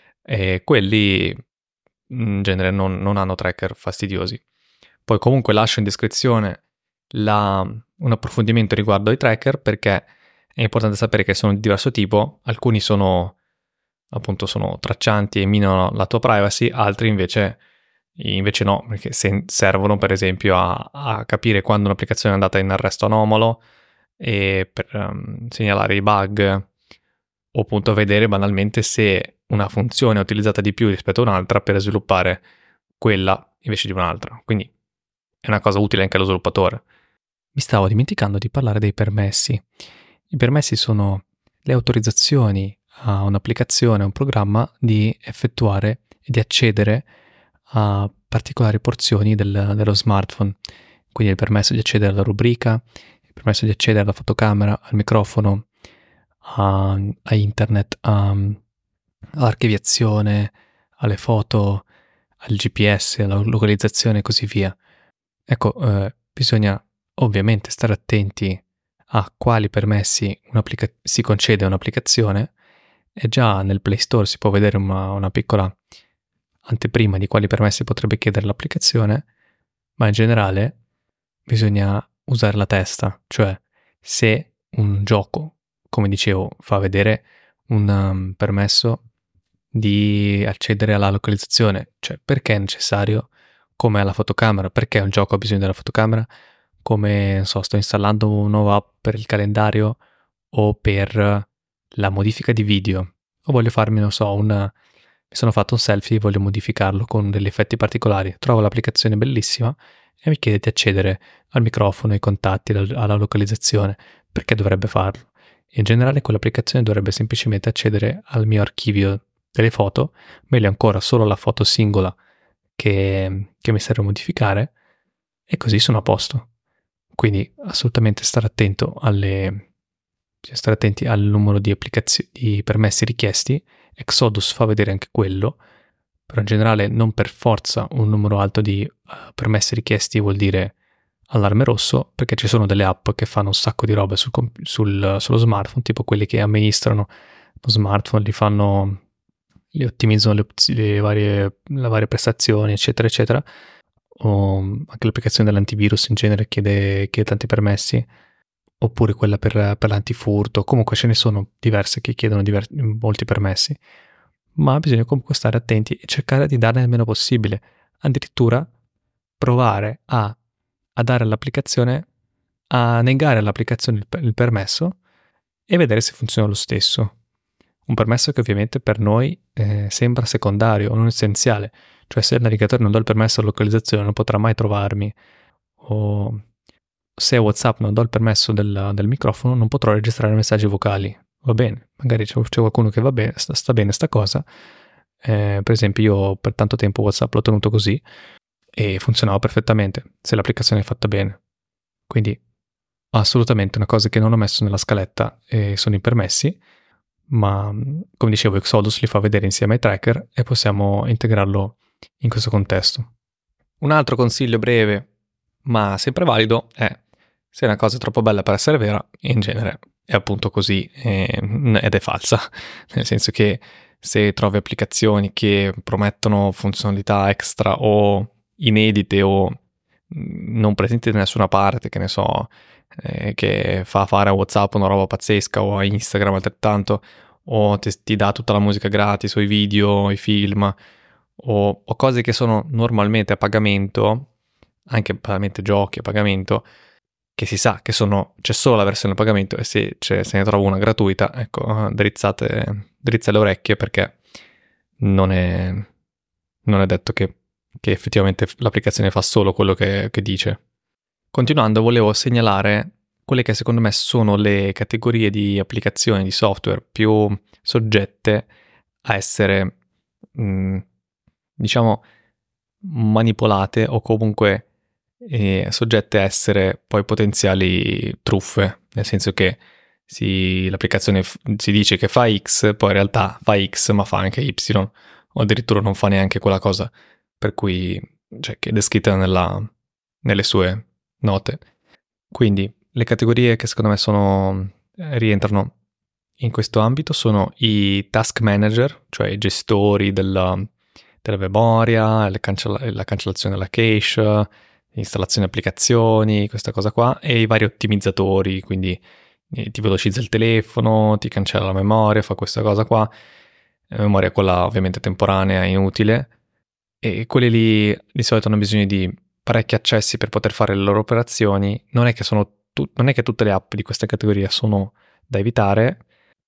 e quelli in genere non, non hanno tracker fastidiosi. Poi comunque lascio in descrizione la, un approfondimento riguardo ai tracker perché è importante sapere che sono di diverso tipo, alcuni sono appunto sono traccianti e minano la tua privacy, altri invece, invece no, perché se servono per esempio a, a capire quando un'applicazione è andata in arresto anomalo e per um, segnalare i bug o appunto vedere banalmente se una funzione è utilizzata di più rispetto a un'altra per sviluppare quella invece di un'altra. Quindi è una cosa utile anche allo sviluppatore. Mi stavo dimenticando di parlare dei permessi. I permessi sono le autorizzazioni a un'applicazione, a un programma di effettuare e di accedere a particolari porzioni del, dello smartphone. Quindi il permesso di accedere alla rubrica, il permesso di accedere alla fotocamera, al microfono, a, a internet, a, all'archiviazione, alle foto, al G P S, alla localizzazione e così via. Ecco, eh, bisogna ovviamente stare attenti a quali permessi si concede a un'applicazione e già nel Play Store si può vedere una, una piccola anteprima di quali permessi potrebbe chiedere l'applicazione, ma in generale bisogna usare la testa, cioè se un gioco, come dicevo, fa vedere un um, permesso di accedere alla localizzazione, cioè perché è necessario, come alla fotocamera, perché un gioco ha bisogno della fotocamera, come, non so, sto installando un nuovo app per il calendario o per la modifica di video, o voglio farmi, non so, un... mi sono fatto un selfie e voglio modificarlo con degli effetti particolari. Trovo l'applicazione bellissima e mi chiede di accedere al microfono, ai contatti, alla localizzazione. Perché dovrebbe farlo? In generale quell'applicazione dovrebbe semplicemente accedere al mio archivio delle foto, meglio ancora solo la foto singola che, che mi serve a modificare, e così sono a posto. Quindi assolutamente stare attento alle, stare attenti al numero di applicazioni, di permessi richiesti. Exodus fa vedere anche quello, però in generale non per forza un numero alto di uh, permessi richiesti vuol dire allarme rosso, perché ci sono delle app che fanno un sacco di robe sul, sul, sullo smartphone, tipo quelli che amministrano lo smartphone, li fanno, li ottimizzano le, le, varie, le varie prestazioni, eccetera, eccetera. O anche l'applicazione dell'antivirus in genere chiede, chiede tanti permessi, oppure quella per, per l'antifurto. Comunque ce ne sono diverse che chiedono diversi, molti permessi, ma bisogna comunque stare attenti e cercare di darne il meno possibile, addirittura provare a, a dare all'applicazione, a negare all'applicazione il, il permesso e vedere se funziona lo stesso. Un permesso che ovviamente per noi eh, sembra secondario o non essenziale, cioè se il navigatore non dà il permesso alla localizzazione non potrà mai trovarmi, o se WhatsApp non do il permesso del, del microfono non potrò registrare messaggi vocali. Va bene, magari c'è, c'è qualcuno che va bene, sta, sta bene sta cosa. Eh, per esempio io per tanto tempo WhatsApp l'ho tenuto così e funzionava perfettamente se l'applicazione è fatta bene. Quindi assolutamente una cosa che non ho messo nella scaletta eh, sono i permessi, ma come dicevo Exodus li fa vedere insieme ai tracker e possiamo integrarlo in questo contesto. Un altro consiglio breve, ma sempre valido, è se una cosa è troppo bella per essere vera, in genere è appunto così eh, ed è falsa, nel senso che se trovi applicazioni che promettono funzionalità extra o inedite o non presenti da nessuna parte, che ne so, eh, che fa fare a WhatsApp una roba pazzesca o a Instagram altrettanto, o ti, ti dà tutta la musica gratis o i video, i film, o, o cose che sono normalmente a pagamento, anche probabilmente giochi a pagamento, che si sa che sono, c'è solo la versione a pagamento e se, se ne trova una gratuita, ecco, drizzate, drizzate le orecchie perché non è, non è detto che, che effettivamente l'applicazione fa solo quello che, che dice. Continuando, volevo segnalare quelle che secondo me sono le categorie di applicazioni di software più soggette a essere, mh, diciamo, manipolate o comunque eh, soggette a essere poi potenziali truffe, nel senso che si, l'applicazione f- si dice che fa X, poi in realtà fa X ma fa anche Y, o addirittura non fa neanche quella cosa per cui, cioè, che è descritta nella, nelle sue note. Quindi le categorie che secondo me sono, eh, rientrano in questo ambito sono i task manager, cioè i gestori della, della memoria, le cancella- la cancellazione della cache, installazione applicazioni, questa cosa qua, e i vari ottimizzatori, quindi eh, ti velocizza il telefono, ti cancella la memoria, fa questa cosa qua, la memoria quella ovviamente temporanea, inutile, e quelli lì di solito hanno bisogno di parecchi accessi per poter fare le loro operazioni. Non è che sono tu- non è che tutte le app di questa categoria sono da evitare.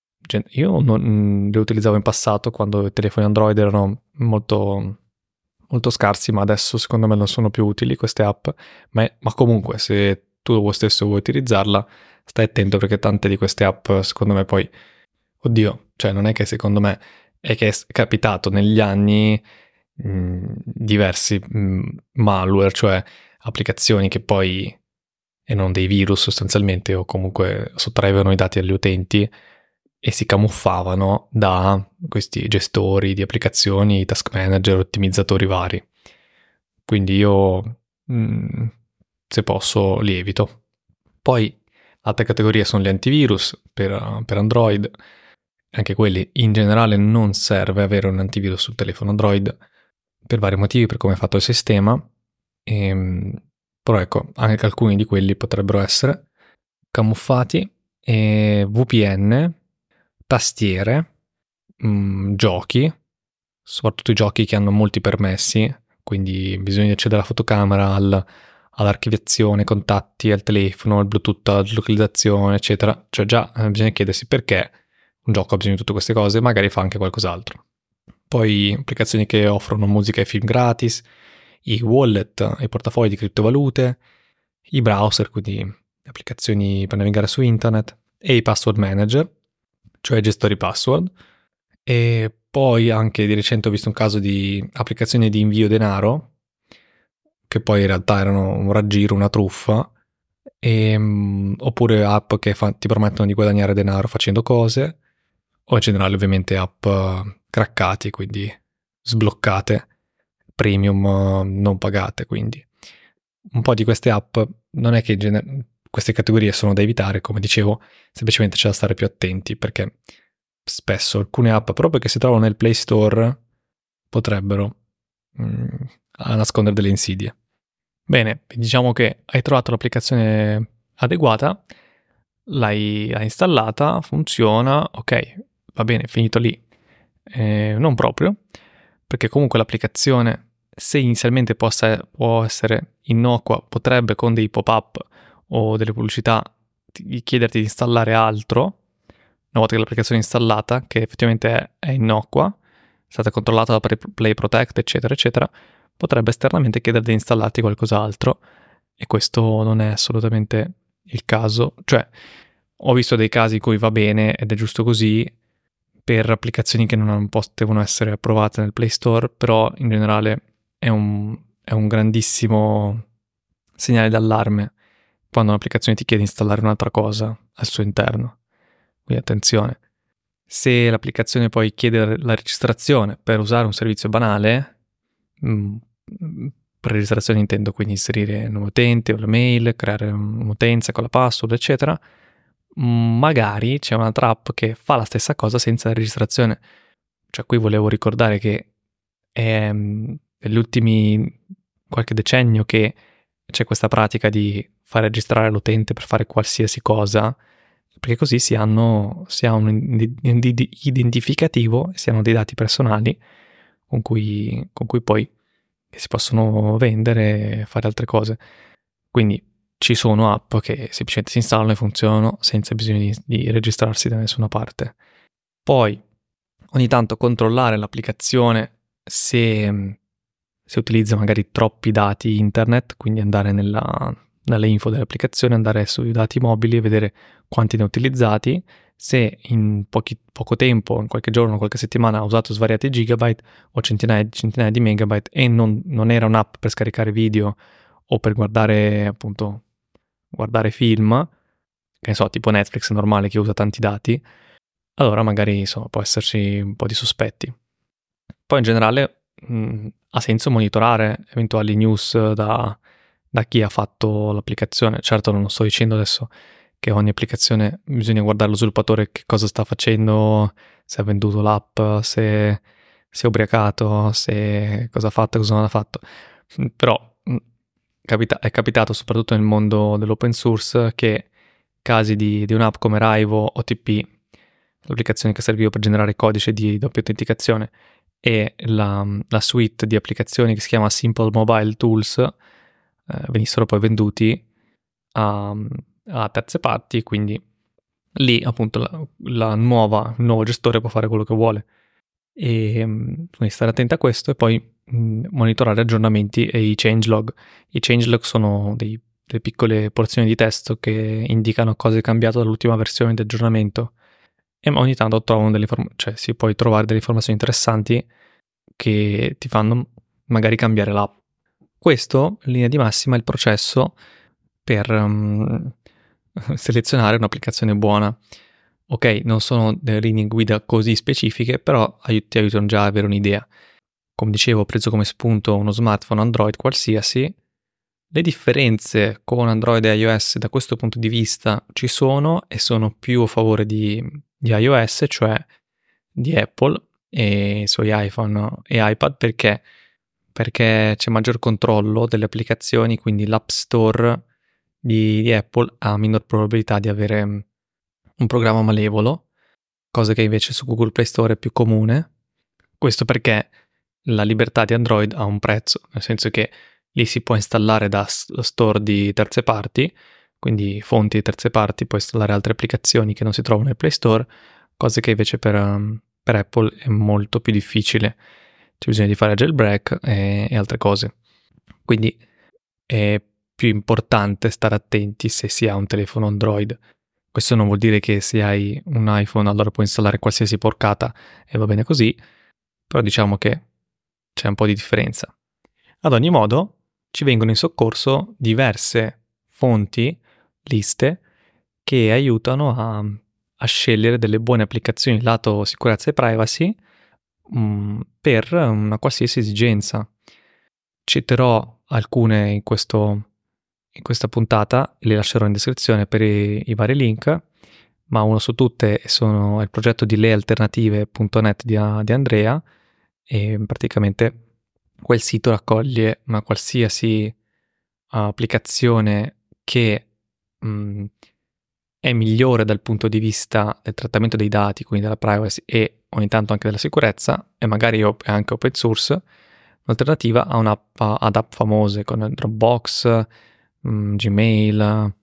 Io non le utilizzavo in passato quando i telefoni Android erano molto, molto scarsi, ma adesso secondo me non sono più utili queste app. Ma, ma comunque, se tu lo stesso vuoi utilizzarla, stai attento perché tante di queste app, secondo me, poi, oddio, cioè non è che secondo me, è che è capitato negli anni mh, diversi mh, malware, cioè applicazioni che poi erano dei virus sostanzialmente o comunque sottraevano i dati agli utenti e si camuffavano da questi gestori di applicazioni, task manager, ottimizzatori vari. Quindi io, mh, se posso, li evito. Poi altre categorie sono gli antivirus per, per Android. Anche quelli in generale non serve avere un antivirus sul telefono Android per vari motivi, per come è fatto il sistema. E, però ecco, anche alcuni di quelli potrebbero essere camuffati. E V P N, tastiere, mh, giochi, soprattutto i giochi che hanno molti permessi, quindi bisogna accedere alla fotocamera, al, all'archiviazione, contatti, al telefono, al Bluetooth, alla localizzazione, eccetera. Cioè già eh, bisogna chiedersi perché un gioco ha bisogno di tutte queste cose, magari fa anche qualcos'altro. Poi applicazioni che offrono musica e film gratis, i wallet, i portafogli di criptovalute, i browser, quindi applicazioni per navigare su internet, e i password manager, cioè gestori password. E poi anche di recente ho visto un caso di applicazioni di invio denaro, che poi in realtà erano un raggiro, una truffa, e, um, oppure app che fa, ti permettono di guadagnare denaro facendo cose, o in generale ovviamente app uh, craccati, quindi sbloccate, premium uh, non pagate, quindi un po' di queste app non è che gener- queste categorie sono da evitare, come dicevo, semplicemente c'è da stare più attenti perché spesso alcune app proprio che si trovano nel Play Store potrebbero mh, nascondere delle insidie. Bene, diciamo che hai trovato l'applicazione adeguata, l'hai, l'hai installata, funziona, ok, va bene, finito lì. Eh, non proprio, perché comunque l'applicazione, se inizialmente possa, può essere innocua, potrebbe con dei pop-up o delle pubblicità chiederti di installare altro, una volta che l'applicazione è installata, che effettivamente è, è innocua, è stata controllata da Play Protect, eccetera, eccetera, potrebbe esternamente chiedere di installarti qualcos'altro, e questo non è assolutamente il caso. Cioè, ho visto dei casi in cui va bene ed è giusto così, per applicazioni che non hanno un po' devono essere approvate nel Play Store, però in generale è un, è un grandissimo segnale d'allarme quando un'applicazione ti chiede di installare un'altra cosa al suo interno. Quindi attenzione. Se l'applicazione poi chiede la registrazione per usare un servizio banale, mh, per registrazione intendo quindi inserire un nuovo utente o la mail, creare un'utenza con la password, eccetera, magari c'è un'altra app che fa la stessa cosa senza la registrazione. Cioè qui volevo ricordare che è negli ultimi qualche decennio che c'è questa pratica di far registrare l'utente per fare qualsiasi cosa, perché così si hanno si ha un identificativo, si hanno dei dati personali con cui, con cui poi si possono vendere e fare altre cose. Quindi ci sono app che semplicemente si installano e funzionano senza bisogno di, di registrarsi da nessuna parte. Poi ogni tanto controllare l'applicazione se, se utilizza magari troppi dati internet, quindi andare nella, nelle info dell'applicazione, andare sui dati mobili e vedere quanti ne ha utilizzati. Se in pochi, poco tempo, in qualche giorno, qualche settimana ha usato svariati gigabyte o centinaia, centinaia di megabyte e non, non era un'app per scaricare video o per guardare appunto guardare film, che ne so, tipo Netflix normale che usa tanti dati, allora magari insomma può esserci un po' di sospetti. Poi in generale mh, ha senso monitorare eventuali news da, da chi ha fatto l'applicazione. Certo non sto dicendo adesso che ogni applicazione bisogna guardare lo sviluppatore che cosa sta facendo, se ha venduto l'app, se si è ubriacato, se cosa ha fatto e cosa non ha fatto. Però mh, capita- è capitato soprattutto nel mondo dell'open source che casi di, di un'app come Raivo O T P, l'applicazione che serviva per generare codice di doppia autenticazione, e la, la suite di applicazioni che si chiama Simple Mobile Tools eh, venissero poi venduti a, a terze parti, quindi lì appunto la, la nuova, il nuovo gestore può fare quello che vuole. E quindi stare attenti a questo e poi mh, monitorare aggiornamenti e i changelog. I changelog sono dei, delle piccole porzioni di testo che indicano cosa è cambiato dall'ultima versione di aggiornamento e ogni tanto trovano delle inform- cioè si puoi trovare delle informazioni interessanti che ti fanno magari cambiare l'app. Questo, in linea di massima, è il processo per um, selezionare un'applicazione buona. Ok, non sono delle linee guida così specifiche, però ti aiutano già ad avere un'idea. Come dicevo, ho preso come spunto uno smartphone Android qualsiasi. Le differenze con Android e iOS da questo punto di vista ci sono e sono più a favore di, di iOS, cioè di Apple e i suoi iPhone e iPad, perché? Perché c'è maggior controllo delle applicazioni, quindi l'App Store di, di Apple ha minor probabilità di avere un programma malevolo, cosa che invece su Google Play Store è più comune. Questo perché la libertà di Android ha un prezzo, nel senso che lì si può installare da store di terze parti, quindi fonti di terze parti, puoi installare altre applicazioni che non si trovano nel Play Store, cose che invece per, um, per Apple è molto più difficile. C'è bisogno di fare jailbreak e, e altre cose. Quindi è più importante stare attenti se si ha un telefono Android. Questo non vuol dire che se hai un iPhone allora puoi installare qualsiasi porcata e va bene così, però diciamo che c'è un po' di differenza. Ad ogni modo, ci vengono in soccorso diverse fonti, liste, che aiutano a, a scegliere delle buone applicazioni lato sicurezza e privacy mh, per una qualsiasi esigenza. Citerò alcune in, questo, in questa puntata e le lascerò in descrizione per i, i vari link, ma uno su tutte sono il progetto di lealternative punto net di, di Andrea, e praticamente quel sito raccoglie una qualsiasi applicazione che mh, è migliore dal punto di vista del trattamento dei dati, quindi della privacy e ogni tanto anche della sicurezza, e magari è anche open source, un'alternativa a un'app ad app famose come Dropbox, mh, Gmail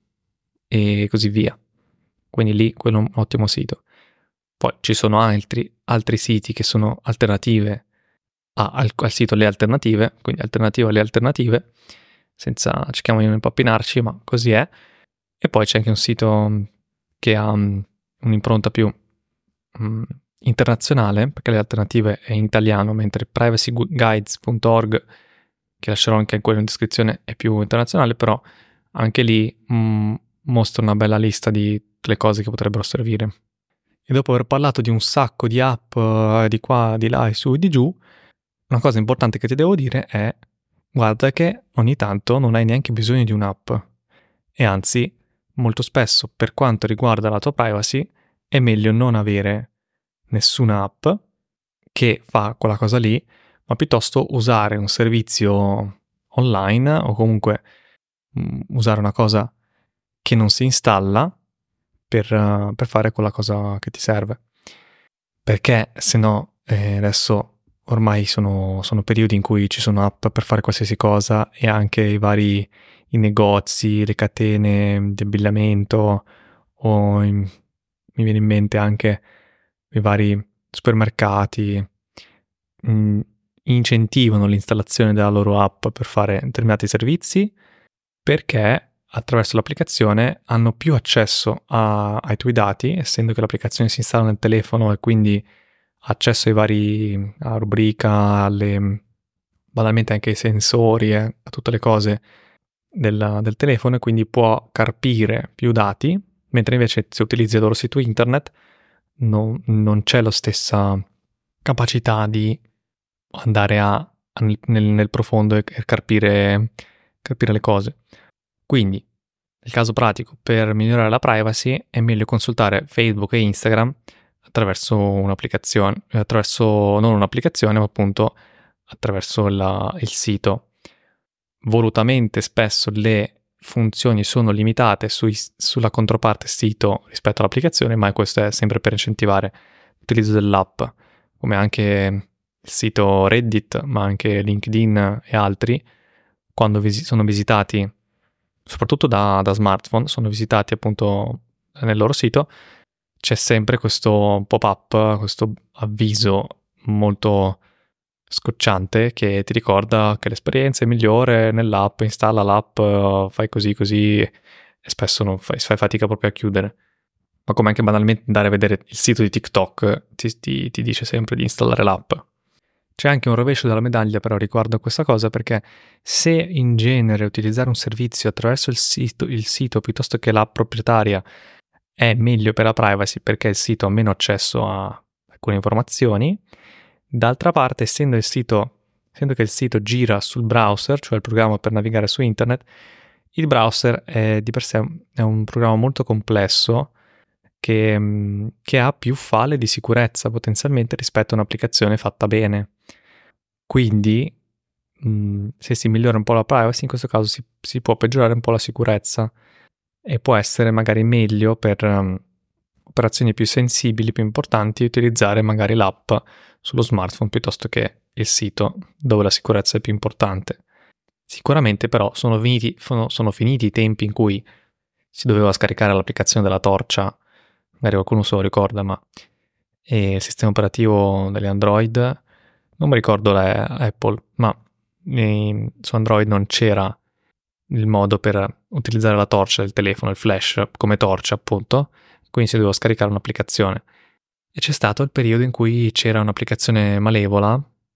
e così via. Quindi lì quello è un ottimo sito. Poi ci sono altri, altri siti che sono alternative a, al, al sito Le Alternative, quindi alternativa alle alternative, senza cerchiamo di non impappinarci, ma così è. E poi c'è anche un sito che ha um, un'impronta più um, internazionale, perché Le Alternative è in italiano, mentre privacy guides punto org, che lascerò anche quello in descrizione, è più internazionale, però anche lì um, mostra una bella lista di tutte le cose che potrebbero servire. E dopo aver parlato di un sacco di app eh, di qua, di là e su e di giù, una cosa importante che ti devo dire è: guarda che ogni tanto non hai neanche bisogno di un'app. E anzi, molto spesso, per quanto riguarda la tua privacy, è meglio non avere nessuna app che fa quella cosa lì, ma piuttosto usare un servizio online o comunque mh, usare una cosa che non si installa per, uh, per fare quella cosa che ti serve. Perché se no, eh, adesso ormai sono, sono periodi in cui ci sono app per fare qualsiasi cosa, e anche i vari i negozi, le catene di abbigliamento, o in- mi viene in mente anche i vari supermercati, mh, incentivano l'installazione della loro app per fare determinati servizi, perché attraverso l'applicazione hanno più accesso a- ai tuoi dati, essendo che l'applicazione si installa nel telefono, e quindi accesso ai vari, a rubrica, alle, banalmente anche ai sensori, eh, a tutte le cose del, del telefono, e quindi può carpire più dati, mentre invece se utilizzi il loro sito internet non, non c'è la stessa capacità di andare a, a nel, nel profondo e, e carpire, carpire le cose. Quindi, nel caso pratico, per migliorare la privacy è meglio consultare Facebook e Instagram attraverso un'applicazione, attraverso non un'applicazione, ma appunto attraverso la, il sito. Volutamente spesso le funzioni sono limitate sui, sulla controparte sito rispetto all'applicazione, ma questo è sempre per incentivare l'utilizzo dell'app, come anche il sito Reddit, ma anche LinkedIn e altri, quando visi- sono visitati, soprattutto da, da smartphone, sono visitati appunto nel loro sito, c'è sempre questo pop-up, questo avviso molto scocciante che ti ricorda che l'esperienza è migliore nell'app, installa l'app, fai così così, e spesso non fai, fai fatica proprio a chiudere. Ma come anche banalmente andare a vedere il sito di TikTok ti, ti, ti dice sempre di installare l'app. C'è anche un rovescio della medaglia però riguardo a questa cosa, perché se in genere utilizzare un servizio attraverso il sito, il sito piuttosto che l'app proprietaria è meglio per la privacy, perché il sito ha meno accesso a alcune informazioni, d'altra parte, essendo il sito, essendo che il sito gira sul browser, cioè il programma per navigare su internet, il browser è di per sé è un programma molto complesso che, che ha più falle di sicurezza potenzialmente rispetto a un'applicazione fatta bene. Quindi, mh, se si migliora un po' la privacy, in questo caso si, si può peggiorare un po' la sicurezza, e può essere magari meglio per um, operazioni più sensibili, più importanti, utilizzare magari l'app sullo smartphone piuttosto che il sito, dove la sicurezza è più importante. Sicuramente però sono finiti, sono finiti i tempi in cui si doveva scaricare l'applicazione della torcia, magari qualcuno se lo ricorda, ma e il sistema operativo degli Android, non mi ricordo la Apple, ma eh, su Android non c'era il modo per utilizzare la torcia del telefono, il flash come torcia appunto, quindi si doveva scaricare un'applicazione. E c'è stato il periodo in cui c'era un'applicazione malevola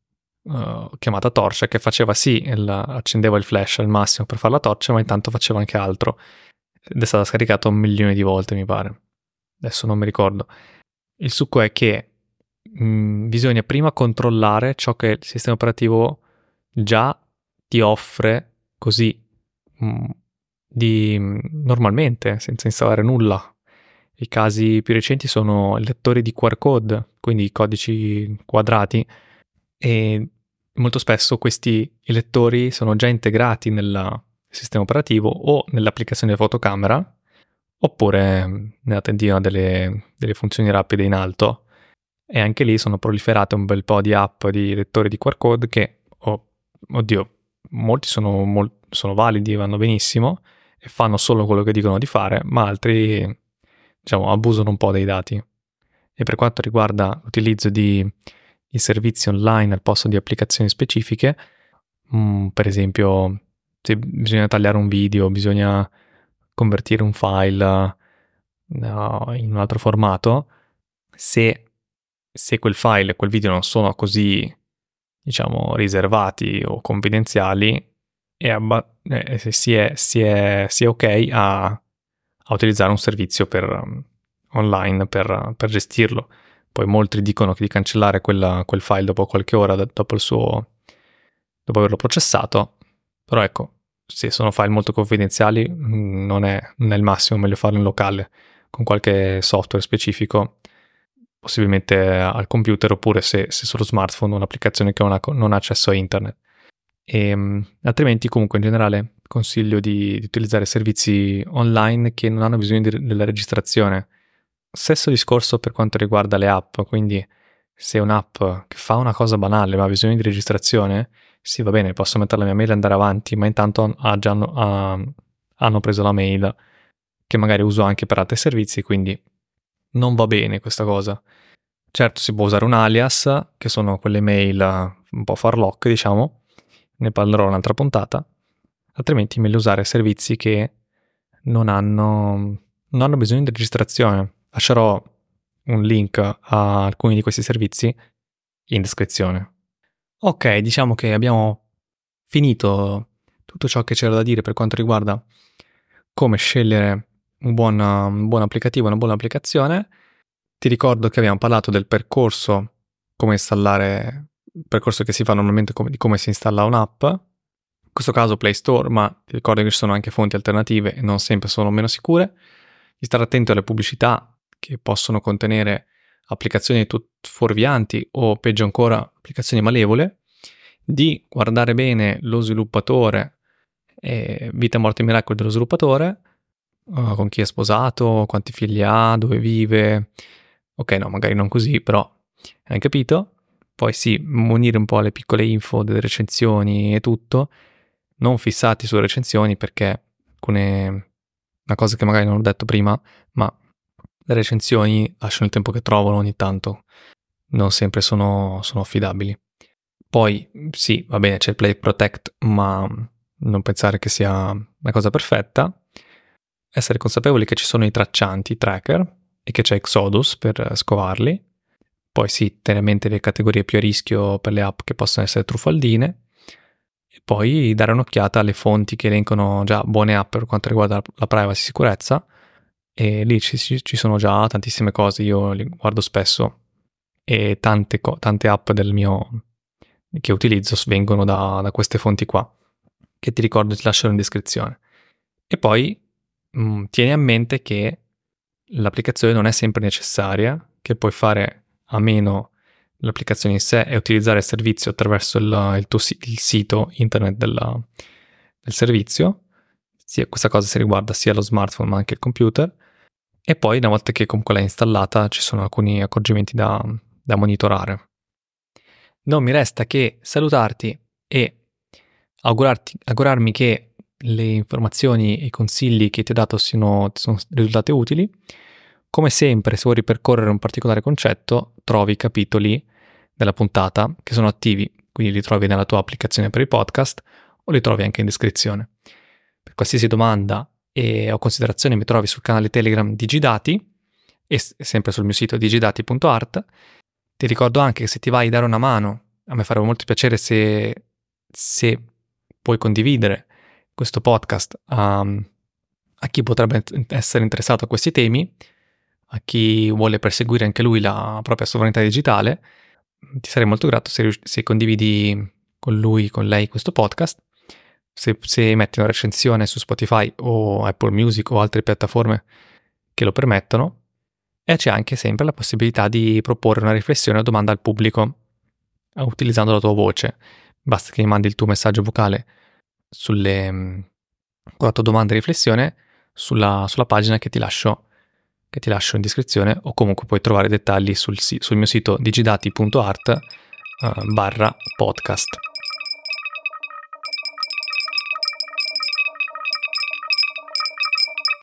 uh, chiamata torcia, che faceva sì, il, accendeva il flash al massimo per fare la torcia, ma intanto faceva anche altro, ed è stata scaricata un milione di volte mi pare, adesso non mi ricordo. Il succo è che mh, bisogna prima controllare ciò che il sistema operativo già ti offre così mh, di mh, normalmente, senza installare nulla. I casi più recenti sono i lettori di Q R code, quindi i codici quadrati, e molto spesso questi lettori sono già integrati nel sistema operativo o nell'applicazione di fotocamera, oppure nella tendina delle, delle funzioni rapide in alto. E anche lì sono proliferate un bel po' di app di lettori di Q R code che, oh, oddio, molti sono, mol- sono validi, vanno benissimo e fanno solo quello che dicono di fare, ma altri, diciamo, abusano un po' dei dati. E per quanto riguarda l'utilizzo di, di servizi online al posto di applicazioni specifiche, mh, per esempio, se bisogna tagliare un video, bisogna convertire un file no, in un altro formato, se, se quel file e quel video non sono così, diciamo, riservati o confidenziali, è abba- eh, si, è, si, è, si è ok a, a utilizzare un servizio per, um, online per, per gestirlo. Poi molti dicono che di cancellare quella, quel file dopo qualche ora, dopo il suo dopo averlo processato, però ecco, se sono file molto confidenziali non è, non è il massimo, meglio farlo in locale con qualche software specifico, possibilmente al computer, oppure se, se sullo smartphone un'applicazione che non ha, non ha accesso a internet. E, altrimenti comunque in generale consiglio di, di utilizzare servizi online che non hanno bisogno di, della registrazione. Stesso discorso per quanto riguarda le app, quindi se un'app che fa una cosa banale ma ha bisogno di registrazione, sì, va bene, posso mettere la mia mail e andare avanti, ma intanto ha già, ha, hanno preso la mail che magari uso anche per altri servizi, quindi non va bene questa cosa. Certo, si può usare un alias, che sono quelle mail un po' farlocche, diciamo, ne parlerò in un'altra puntata, altrimenti è meglio usare servizi che non hanno, non hanno bisogno di registrazione. Lascerò un link a alcuni di questi servizi in descrizione. Ok, diciamo che abbiamo finito tutto ciò che c'era da dire per quanto riguarda come scegliere un buon, un buon applicativo, una buona applicazione. Ti ricordo che abbiamo parlato del percorso, come installare, il percorso che si fa normalmente come, di come si installa un'app. In questo caso Play Store, ma ti ricordo che ci sono anche fonti alternative e non sempre sono meno sicure. Di stare attento alle pubblicità che possono contenere applicazioni fuorvianti o peggio ancora applicazioni malevole, di guardare bene lo sviluppatore e vita, morte e miracoli dello sviluppatore, uh, con chi è sposato, quanti figli ha, dove vive. Ok, no, magari non così, però hai capito. Poi sì, munire un po' le piccole info delle recensioni e tutto, non fissati sulle recensioni, perché alcune, una cosa che magari non ho detto prima, ma le recensioni lasciano il tempo che trovano ogni tanto, non sempre sono, sono affidabili. Poi sì, va bene, c'è il Play Protect, ma non pensare che sia una cosa perfetta. Essere consapevoli che ci sono i traccianti, i tracker, e che c'è Exodus per scovarli. Poi sì, tenere a mente le categorie più a rischio per le app che possono essere truffaldine. E poi dare un'occhiata alle fonti che elencano già buone app per quanto riguarda la privacy e sicurezza. E lì ci, ci sono già tantissime cose, io li guardo spesso e tante, tante app del mio che utilizzo vengono da, da queste fonti qua, che ti ricordo ti lascerò in descrizione. E poi mh, tieni a mente che l'applicazione non è sempre necessaria, che puoi fare a meno l'applicazione in sé e utilizzare il servizio attraverso il, il tuo il sito internet della, del servizio. Sì, questa cosa si riguarda sia lo smartphone ma anche il computer. E poi una volta che comunque l'hai installata ci sono alcuni accorgimenti da, da monitorare. Non mi resta che salutarti e augurarti, augurarmi che le informazioni e i consigli che ti ho dato siano, sono risultate utili. Come sempre, se vuoi ripercorrere un particolare concetto, trovi i capitoli della puntata che sono attivi, quindi li trovi nella tua applicazione per i podcast o li trovi anche in descrizione. Per qualsiasi domanda e o considerazioni mi trovi sul canale Telegram Digidati e sempre sul mio sito digidati punto art. Ti ricordo anche che se ti vai a dare una mano, a me farebbe molto piacere se, se puoi condividere questo podcast a, a chi potrebbe essere interessato a questi temi, a chi vuole perseguire anche lui la propria sovranità digitale. Ti sarei molto grato se, se condividi con lui, con lei questo podcast. Se, se metti una recensione su Spotify o Apple Music o altre piattaforme che lo permettono, e c'è anche sempre la possibilità di proporre una riflessione o domanda al pubblico utilizzando la tua voce. Basta che mi mandi il tuo messaggio vocale sulle, con la tua domanda e riflessione sulla, sulla pagina che ti lascio che ti lascio in descrizione, o comunque puoi trovare dettagli sul, sul mio sito digidati punto art uh, barra podcast.